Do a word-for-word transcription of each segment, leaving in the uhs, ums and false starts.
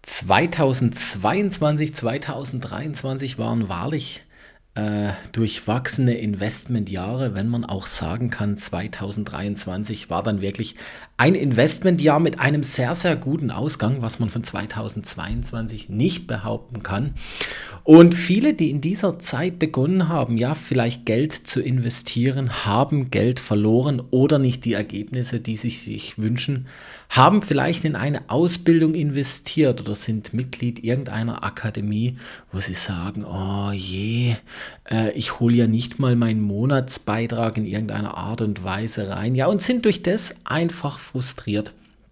zweitausendzweiundzwanzig, zweitausenddreiundzwanzig waren wahrlich äh, durchwachsene Investmentjahre, wenn man auch sagen kann, zweitausenddreiundzwanzig war dann wirklich ein Investmentjahr mit einem sehr, sehr guten Ausgang, was man von zweitausendzweiundzwanzig nicht behaupten kann. Und viele, die in dieser Zeit begonnen haben, ja, vielleicht Geld zu investieren, haben Geld verloren oder nicht die Ergebnisse, die sie sich wünschen, haben vielleicht in eine Ausbildung investiert oder sind Mitglied irgendeiner Akademie, wo sie sagen, oh je, äh, ich hole ja nicht mal meinen Monatsbeitrag in irgendeiner Art und Weise rein, ja, und sind durch das einfach frustriert.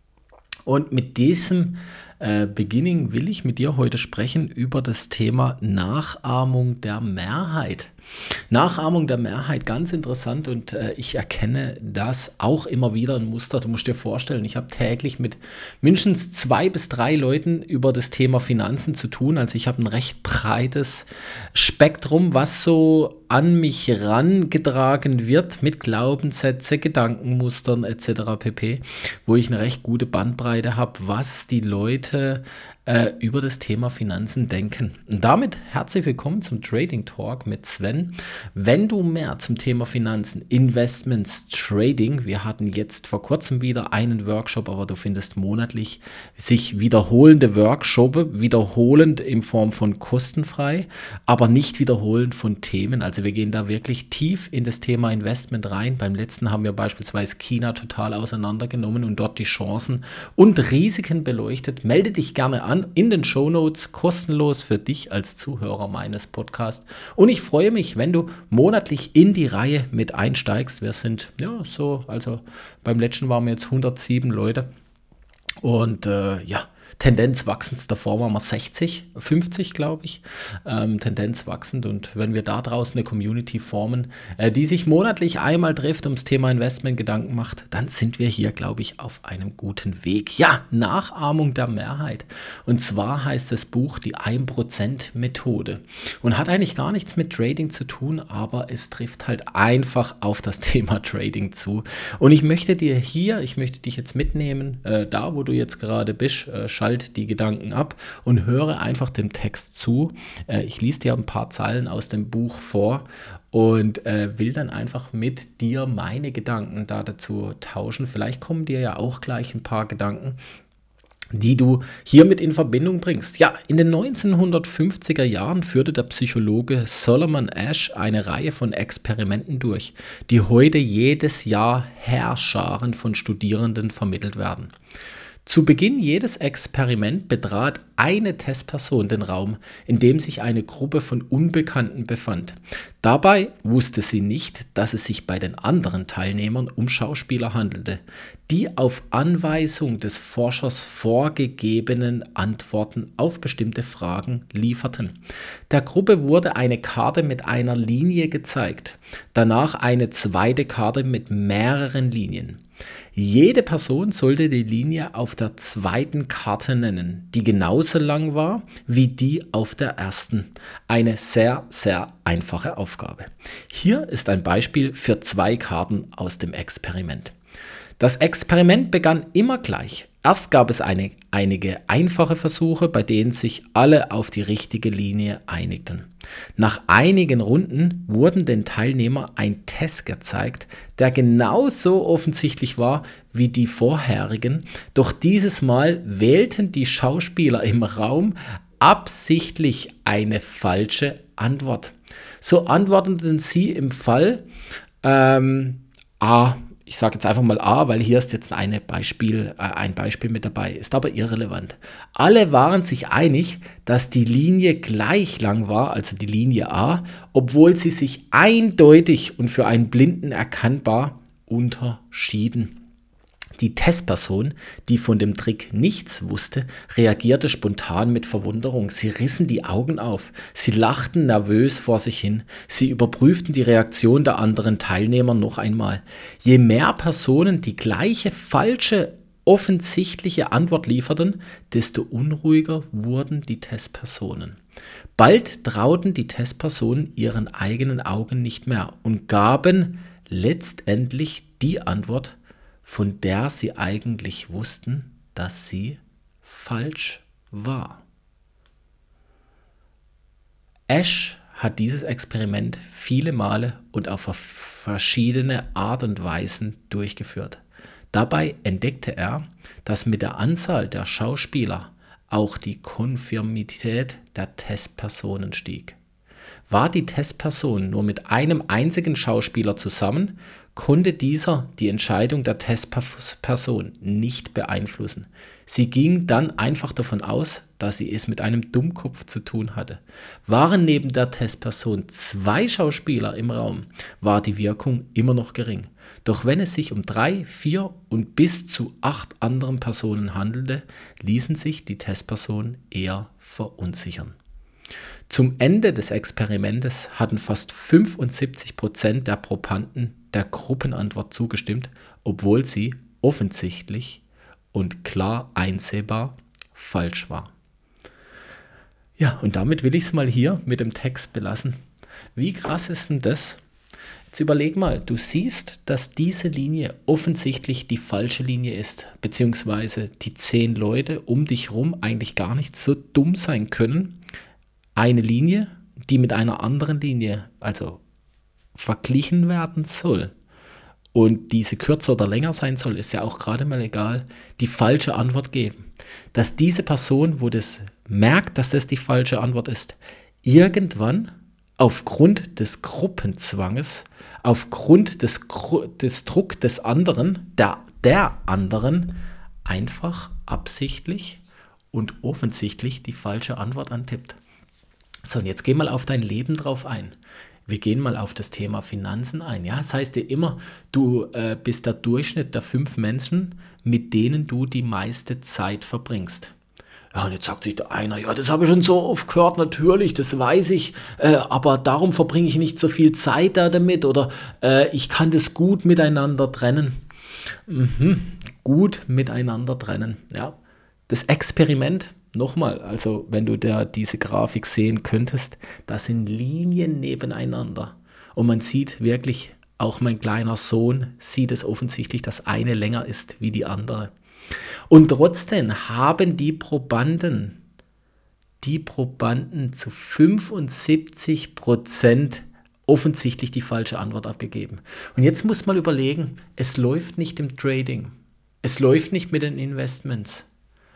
Und mit diesem äh, Beginning will ich mit dir heute sprechen über das Thema Nachahmung der Mehrheit. Nachahmung der Mehrheit, ganz interessant, und äh, ich erkenne das auch immer wieder ein Muster. Du musst dir vorstellen, ich habe täglich mit mindestens zwei bis drei Leuten über das Thema Finanzen zu tun. Also ich habe ein recht breites Spektrum, was so an mich rangetragen wird mit Glaubenssätze, Gedankenmustern et cetera pp., wo ich eine recht gute Bandbreite habe, was die Leute äh, über das Thema Finanzen denken. Und damit herzlich willkommen zum Trading Talk mit Sven. Wenn du mehr zum Thema Finanzen, Investments, Trading, wir hatten jetzt vor kurzem wieder einen Workshop, aber du findest monatlich sich wiederholende Workshops, wiederholend in Form von kostenfrei, aber nicht wiederholend von Themen. Also wir gehen da wirklich tief in das Thema Investment rein. Beim letzten haben wir beispielsweise China total auseinandergenommen und dort die Chancen und Risiken beleuchtet. Melde dich gerne an in den Shownotes, kostenlos für dich als Zuhörer meines Podcasts. Und ich freue mich, wenn du monatlich in die Reihe mit einsteigst. Wir sind, ja, so, also beim letzten waren wir jetzt hundertsieben Leute. Und äh, ja, Tendenz wachsend, davor waren wir sechzig, fünfzig, glaube ich, ähm, Tendenz wachsend. Und wenn wir da draußen eine Community formen, äh, die sich monatlich einmal trifft, ums Thema Investment Gedanken macht, dann sind wir hier, glaube ich, auf einem guten Weg. Ja, Nachahmung der Mehrheit. Und zwar heißt das Buch die ein Prozent Methode und hat eigentlich gar nichts mit Trading zu tun, aber es trifft halt einfach auf das Thema Trading zu. Und ich möchte dir hier, ich möchte dich jetzt mitnehmen, äh, da wo du jetzt gerade bist, äh, schalt die Gedanken ab und höre einfach dem Text zu. Äh, ich lese dir ein paar Zeilen aus dem Buch vor und äh, will dann einfach mit dir meine Gedanken da dazu tauschen. Vielleicht kommen dir ja auch gleich ein paar Gedanken, die du hiermit in Verbindung bringst. Ja, in den neunzehnhundertfünfziger Jahren führte der Psychologe Solomon Asch eine Reihe von Experimenten durch, die heute jedes Jahr Heerscharen von Studierenden vermittelt werden. Zu Beginn jedes Experiments betrat eine Testperson den Raum, in dem sich eine Gruppe von Unbekannten befand. Dabei wusste sie nicht, dass es sich bei den anderen Teilnehmern um Schauspieler handelte, die auf Anweisung des Forschers vorgegebenen Antworten auf bestimmte Fragen lieferten. Der Gruppe wurde eine Karte mit einer Linie gezeigt, danach eine zweite Karte mit mehreren Linien. Jede Person sollte die Linie auf der zweiten Karte nennen, die genauso lang war wie die auf der ersten. Eine sehr, sehr einfache Aufgabe. Hier ist ein Beispiel für zwei Karten aus dem Experiment. Das Experiment begann immer gleich. Erst gab es eine, einige einfache Versuche, bei denen sich alle auf die richtige Linie einigten. Nach einigen Runden wurden den Teilnehmern ein Test gezeigt, der genauso offensichtlich war wie die vorherigen, doch dieses Mal wählten die Schauspieler im Raum absichtlich eine falsche Antwort. So antworteten sie im Fall ähm, A. Ich sage jetzt einfach mal A, weil hier ist jetzt eine Beispiel, äh, ein Beispiel mit dabei, ist aber irrelevant. Alle waren sich einig, dass die Linie gleich lang war, also die Linie A, obwohl sie sich eindeutig und für einen Blinden erkennbar unterschieden. Die Testperson, die von dem Trick nichts wusste, reagierte spontan mit Verwunderung. Sie rissen die Augen auf, sie lachten nervös vor sich hin, sie überprüften die Reaktion der anderen Teilnehmer noch einmal. Je mehr Personen die gleiche falsche, offensichtliche Antwort lieferten, desto unruhiger wurden die Testpersonen. Bald trauten die Testpersonen ihren eigenen Augen nicht mehr und gaben letztendlich die Antwort, von der sie eigentlich wussten, dass sie falsch war. Ash hat dieses Experiment viele Male und auf verschiedene Art und Weisen durchgeführt. Dabei entdeckte er, dass mit der Anzahl der Schauspieler auch die Konformität der Testpersonen stieg. War die Testperson nur mit einem einzigen Schauspieler zusammen, konnte dieser die Entscheidung der Testperson nicht beeinflussen. Sie ging dann einfach davon aus, dass sie es mit einem Dummkopf zu tun hatte. Waren neben der Testperson zwei Schauspieler im Raum, war die Wirkung immer noch gering. Doch wenn es sich um drei, vier und bis zu acht anderen Personen handelte, ließen sich die Testpersonen eher verunsichern. Zum Ende des Experimentes hatten fast fünfundsiebzig Prozent der Probanden der Gruppenantwort zugestimmt, obwohl sie offensichtlich und klar einsehbar falsch war. Ja, und damit will ich es mal hier mit dem Text belassen. Wie krass ist denn das? Jetzt überleg mal, du siehst, dass diese Linie offensichtlich die falsche Linie ist, beziehungsweise die zehn Leute um dich rum eigentlich gar nicht so dumm sein können, eine Linie, die mit einer anderen Linie, also verglichen werden soll und diese kürzer oder länger sein soll, ist ja auch gerade mal egal, die falsche Antwort geben. Dass diese Person, wo das merkt, dass das die falsche Antwort ist, irgendwann aufgrund des Gruppenzwanges, aufgrund des, des Druck des anderen, der, der anderen, einfach absichtlich und offensichtlich die falsche Antwort antippt. So, und jetzt geh mal auf dein Leben drauf ein. Wir gehen mal auf das Thema Finanzen ein. Ja, das heißt ja immer, du äh, bist der Durchschnitt der fünf Menschen, mit denen du die meiste Zeit verbringst. Ja, und jetzt sagt sich der einer, ja, das habe ich schon so oft gehört, natürlich, das weiß ich, äh, aber darum verbringe ich nicht so viel Zeit da damit oder äh, ich kann das gut miteinander trennen. Mhm, gut miteinander trennen, ja. Das Experiment, nochmal, also wenn du da diese Grafik sehen könntest, das sind Linien nebeneinander und man sieht wirklich, auch mein kleiner Sohn sieht es offensichtlich, dass eine länger ist wie die andere. Und trotzdem haben die Probanden, die Probanden zu fünfundsiebzig Prozent offensichtlich die falsche Antwort abgegeben. Und jetzt muss man überlegen, es läuft nicht im Trading, es läuft nicht mit den Investments.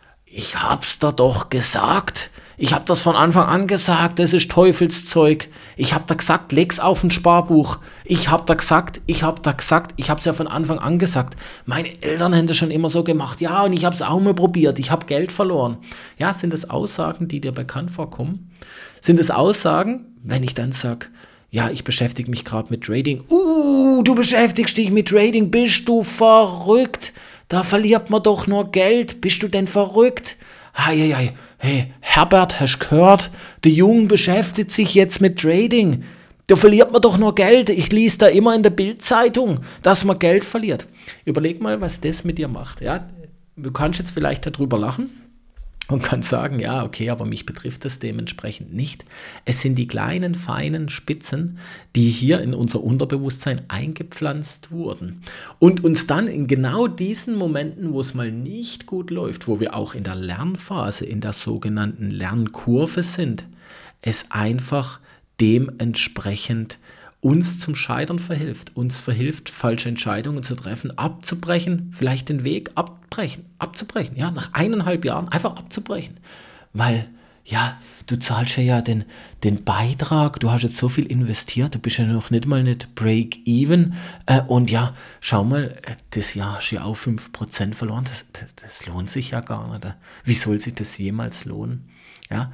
Ich hab's da doch gesagt. Ich hab das von Anfang an gesagt, das ist Teufelszeug. Ich hab da gesagt, leg's auf ein Sparbuch. Ich hab da gesagt, ich hab da gesagt, ich hab's ja von Anfang an gesagt. Meine Eltern haben das schon immer so gemacht. Ja, und ich hab's auch mal probiert. Ich hab Geld verloren. Ja, sind das Aussagen, die dir bekannt vorkommen? Sind es Aussagen, wenn ich dann sag, ja, ich beschäftige mich gerade mit Trading. Uh, du beschäftigst dich mit Trading, bist du verrückt? Da verliert man doch nur Geld. Bist du denn verrückt? Heieiei. Hey, Herbert, hast du gehört? Der Junge beschäftigt sich jetzt mit Trading. Da verliert man doch nur Geld. Ich lese da immer in der Bild-Zeitung, dass man Geld verliert. Überleg mal, was das mit dir macht. Ja? Du kannst jetzt vielleicht darüber lachen und kannst sagen, ja, okay, aber mich betrifft das dementsprechend nicht. Es sind die kleinen, feinen Spitzen, die hier in unser Unterbewusstsein eingepflanzt wurden und uns dann in genau diesen Momenten, wo es mal nicht gut läuft, wo wir auch in der Lernphase, in der sogenannten Lernkurve sind, es einfach dementsprechend uns zum Scheitern verhilft, uns verhilft, falsche Entscheidungen zu treffen, abzubrechen, vielleicht den Weg abbrechen, abzubrechen, ja, nach eineinhalb Jahren einfach abzubrechen, weil, ja, du zahlst ja, ja den, den Beitrag, du hast jetzt so viel investiert, du bist ja noch nicht mal nicht Break-Even äh, und ja, schau mal, das Jahr hast du ja auch fünf Prozent verloren, das, das, das lohnt sich ja gar nicht, wie soll sich das jemals lohnen, ja,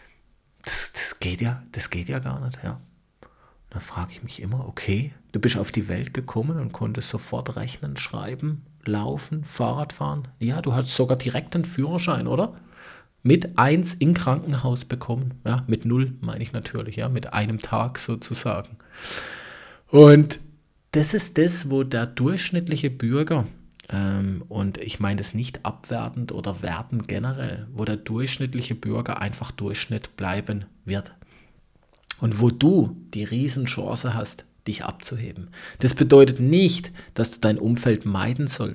das, das geht ja, das geht ja gar nicht, ja. Da frage ich mich immer, okay, du bist auf die Welt gekommen und konntest sofort rechnen, schreiben, laufen, Fahrrad fahren. Ja, du hast sogar direkt einen Führerschein, oder? Mit eins im Krankenhaus bekommen. Ja, mit null meine ich natürlich, ja, mit einem Tag sozusagen. Und das ist das, wo der durchschnittliche Bürger, ähm, und ich meine das nicht abwertend oder wertend generell, wo der durchschnittliche Bürger einfach Durchschnitt bleiben wird. Und wo du die Riesenchance hast, dich abzuheben. Das bedeutet nicht, dass du dein Umfeld meiden sollst.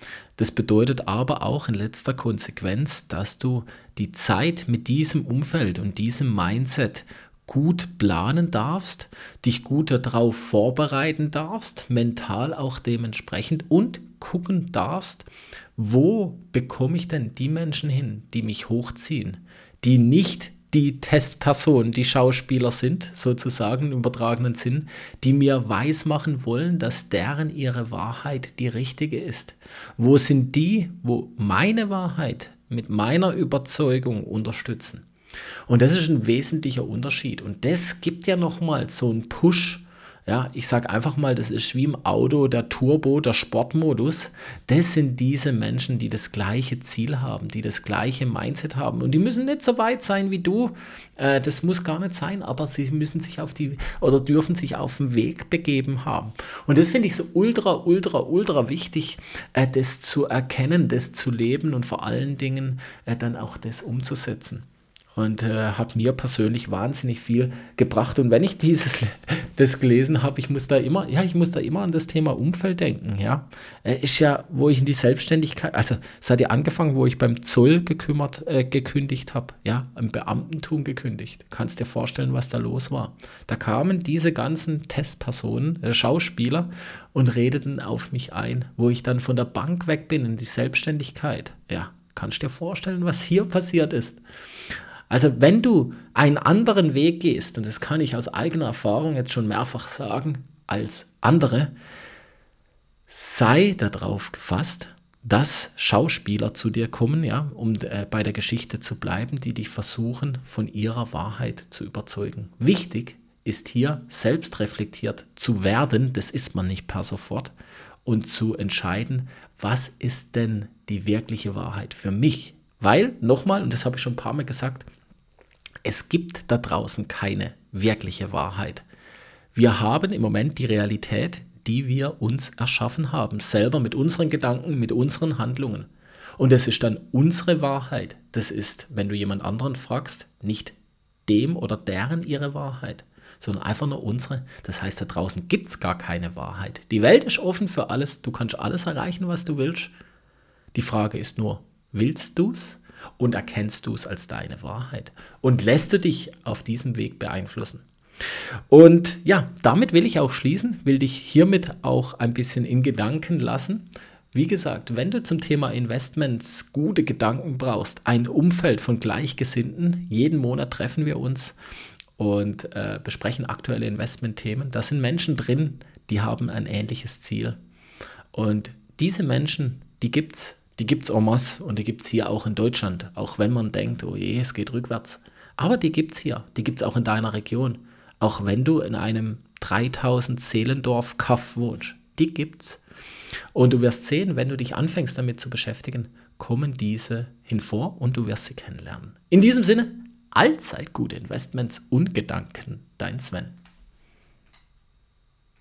Das bedeutet aber auch in letzter Konsequenz, dass du die Zeit mit diesem Umfeld und diesem Mindset gut planen darfst, dich gut darauf vorbereiten darfst, mental auch dementsprechend und gucken darfst, wo bekomme ich denn die Menschen hin, die mich hochziehen, die nicht die Testpersonen, die Schauspieler sind, sozusagen im übertragenen Sinn, die mir weismachen wollen, dass deren ihre Wahrheit die richtige ist. Wo sind die, wo meine Wahrheit mit meiner Überzeugung unterstützen? Und das ist ein wesentlicher Unterschied. Und das gibt ja nochmal so einen Push. Ja, ich sage einfach mal, das ist wie im Auto der Turbo, der Sportmodus. Das sind diese Menschen, die das gleiche Ziel haben, die das gleiche Mindset haben. Und die müssen nicht so weit sein wie du. Äh, das muss gar nicht sein, aber sie müssen sich auf die oder dürfen sich auf den Weg begeben haben. Und das finde ich so ultra, ultra, ultra wichtig, äh, das zu erkennen, das zu leben und vor allen Dingen äh, dann auch das umzusetzen. Und äh, hat mir persönlich wahnsinnig viel gebracht. Und wenn ich dieses das gelesen habe, ich muss da immer, ja, ich muss da immer an das Thema Umfeld denken, ja. Äh, ist ja, wo ich in die Selbstständigkeit, also es hat ja angefangen, wo ich beim Zoll gekümmert, äh, gekündigt habe, ja, im Beamtentum gekündigt. Du kannst dir vorstellen, was da los war. Da kamen diese ganzen Testpersonen, äh, Schauspieler und redeten auf mich ein, wo ich dann von der Bank weg bin in die Selbstständigkeit. Ja, kannst dir vorstellen, was hier passiert ist. Also wenn du einen anderen Weg gehst, und das kann ich aus eigener Erfahrung jetzt schon mehrfach sagen, als andere, sei darauf gefasst, dass Schauspieler zu dir kommen, ja, um äh, bei der Geschichte zu bleiben, die dich versuchen, von ihrer Wahrheit zu überzeugen. Wichtig ist hier, selbstreflektiert zu werden, das ist man nicht per sofort, und zu entscheiden, was ist denn die wirkliche Wahrheit für mich? Weil, nochmal, und das habe ich schon ein paar Mal gesagt, es gibt da draußen keine wirkliche Wahrheit. Wir haben im Moment die Realität, die wir uns erschaffen haben, selber mit unseren Gedanken, mit unseren Handlungen. Und das ist dann unsere Wahrheit. Das ist, wenn du jemand anderen fragst, nicht dem oder deren ihre Wahrheit, sondern einfach nur unsere. Das heißt, da draußen gibt es gar keine Wahrheit. Die Welt ist offen für alles. Du kannst alles erreichen, was du willst. Die Frage ist nur, willst du es? Und erkennst du es als deine Wahrheit? Und lässt du dich auf diesem Weg beeinflussen? Und ja, damit will ich auch schließen, will dich hiermit auch ein bisschen in Gedanken lassen. Wie gesagt, wenn du zum Thema Investments gute Gedanken brauchst, ein Umfeld von Gleichgesinnten, jeden Monat treffen wir uns und äh, besprechen aktuelle Investmentthemen. Da sind Menschen drin, die haben ein ähnliches Ziel. Und diese Menschen, die gibt es. Die gibt es en masse und die gibt es hier auch in Deutschland, auch wenn man denkt, oh je, es geht rückwärts. Aber die gibt es hier, die gibt es auch in deiner Region. Auch wenn du in einem dreitausend Seelendorf-Kaff wohnst, die gibt's. Und du wirst sehen, wenn du dich anfängst damit zu beschäftigen, kommen diese hinvor und du wirst sie kennenlernen. In diesem Sinne, allzeit gute Investments und Gedanken, dein Sven.